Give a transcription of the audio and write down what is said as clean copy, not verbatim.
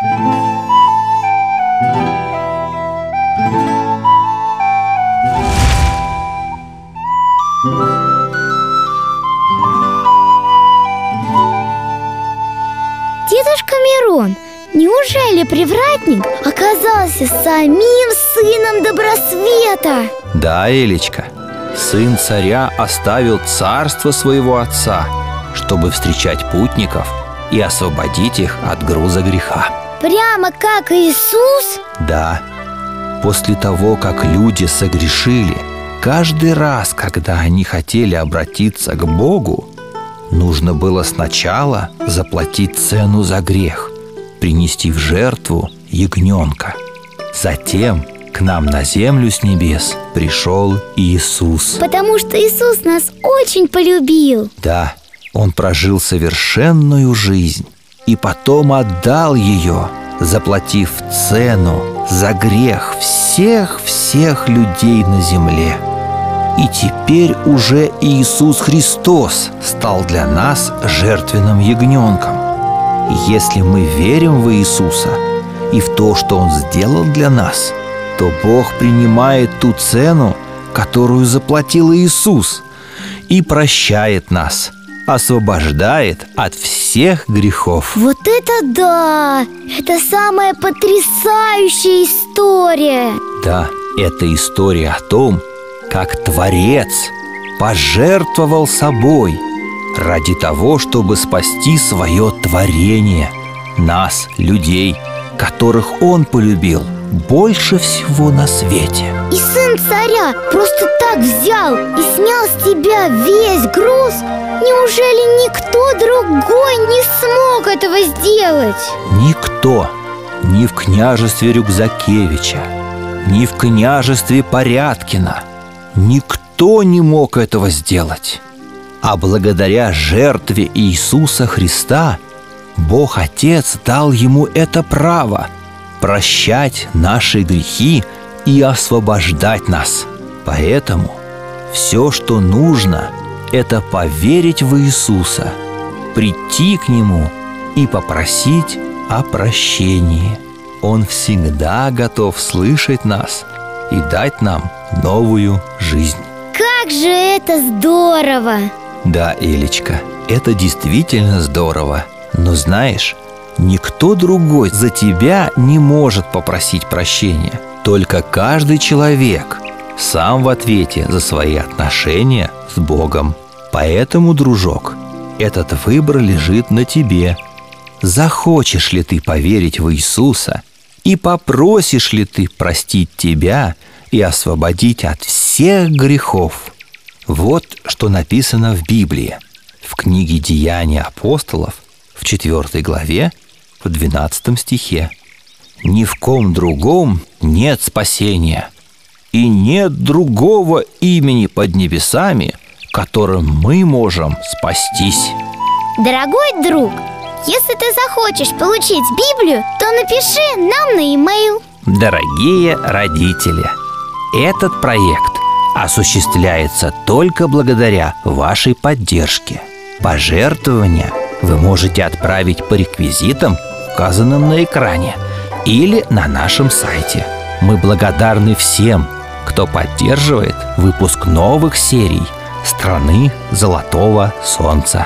Дедушка Мирон, неужели привратник оказался самим сыном Добросвета? Да, Элечка, сын царя оставил царство своего отца, чтобы встречать путников и освободить их от груза греха. Прямо как Иисус? Да, после того, как люди согрешили, каждый раз, когда они хотели обратиться к Богу, нужно было сначала заплатить цену за грех, принести в жертву ягненка. Затем к нам на землю с небес пришел Иисус. Потому что Иисус нас очень полюбил. Да, Он прожил совершенную жизнь и потом отдал ее, заплатив цену за грех всех людей на земле. И теперь уже Иисус Христос стал для нас жертвенным ягненком. Если мы верим в Иисуса и в то, что Он сделал для нас, то Бог принимает ту цену, которую заплатил Иисус, и прощает нас, освобождает от всех грехов. Вот это да! Это самая потрясающая история! Да, это история о том, как Творец пожертвовал собой ради того, чтобы спасти свое творение, нас, людей, которых Он полюбил больше всего на свете. И сын царя просто так взял и снял с тебя весь груз? Неужели никто другой не смог этого сделать? Никто, ни в княжестве Рюкзакевича, ни в княжестве Порядкина, никто не мог этого сделать. А благодаря жертве Иисуса Христа Бог Отец дал Ему это право прощать наши грехи и освобождать нас. Поэтому все, что нужно, это поверить в Иисуса, прийти к Нему и попросить о прощении. Он всегда готов слышать нас и дать нам новую жизнь. Как же это здорово! Да, Элечка, это действительно здорово. Но знаешь, никто другой за тебя не может попросить прощения. Только каждый человек сам в ответе за свои отношения с Богом. Поэтому, дружок, этот выбор лежит на тебе. Захочешь ли ты поверить в Иисуса и попросишь ли ты простить тебя и освободить от всех грехов? Вот что написано в Библии, в книге «Деяния апостолов», в 4 главе, в 12 стихе. «Ни в ком другом нет спасения, и нет другого имени под небесами, которым мы можем спастись». Дорогой друг, если ты захочешь получить Библию, то напиши нам на e-mail. Дорогие родители, этот проект осуществляется только благодаря вашей поддержке. Пожертвования вы можете отправить по реквизитам, указанным на экране, или на нашем сайте. Мы благодарны всем, кто поддерживает выпуск новых серий «Страны Золотого Солнца».